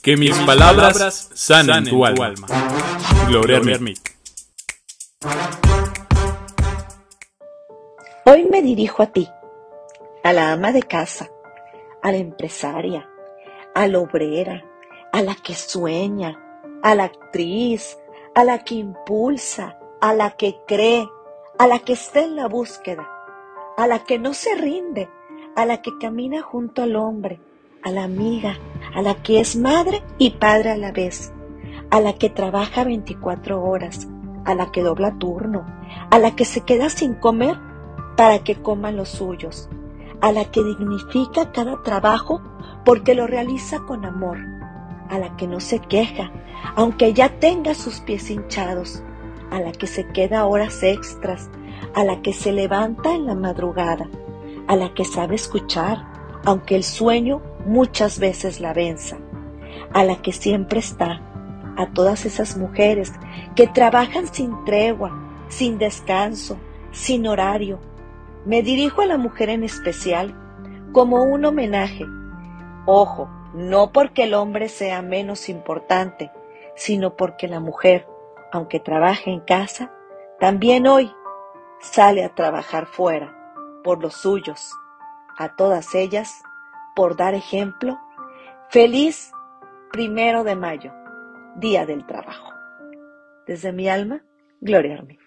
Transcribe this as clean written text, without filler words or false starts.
Que mis palabras sanen tu alma. Gloria Hermit. Hoy me dirijo a ti, a la ama de casa, a la empresaria, a la obrera, a la que sueña, a la actriz, a la que impulsa, a la que cree, a la que está en la búsqueda, a la que no se rinde, a la que camina junto al hombre, a la amiga, a la que es madre y padre a la vez, a la que trabaja 24 horas, a la que dobla turno, a la que se queda sin comer para que coman los suyos, a la que dignifica cada trabajo porque lo realiza con amor, a la que no se queja, aunque ya tenga sus pies hinchados, a la que se queda horas extras, a la que se levanta en la madrugada, a la que sabe escuchar, aunque el sueño muchas veces la venza, a la que siempre está, a todas esas mujeres que trabajan sin tregua, sin descanso, sin horario. Me dirijo a la mujer en especial como un homenaje. Ojo, no porque el hombre sea menos importante, sino porque la mujer, aunque trabaje en casa, también hoy sale a trabajar fuera, por los suyos. A todas ellas, por dar ejemplo, feliz 1 de mayo, Día del Trabajo. Desde mi alma, Gloria Hermit.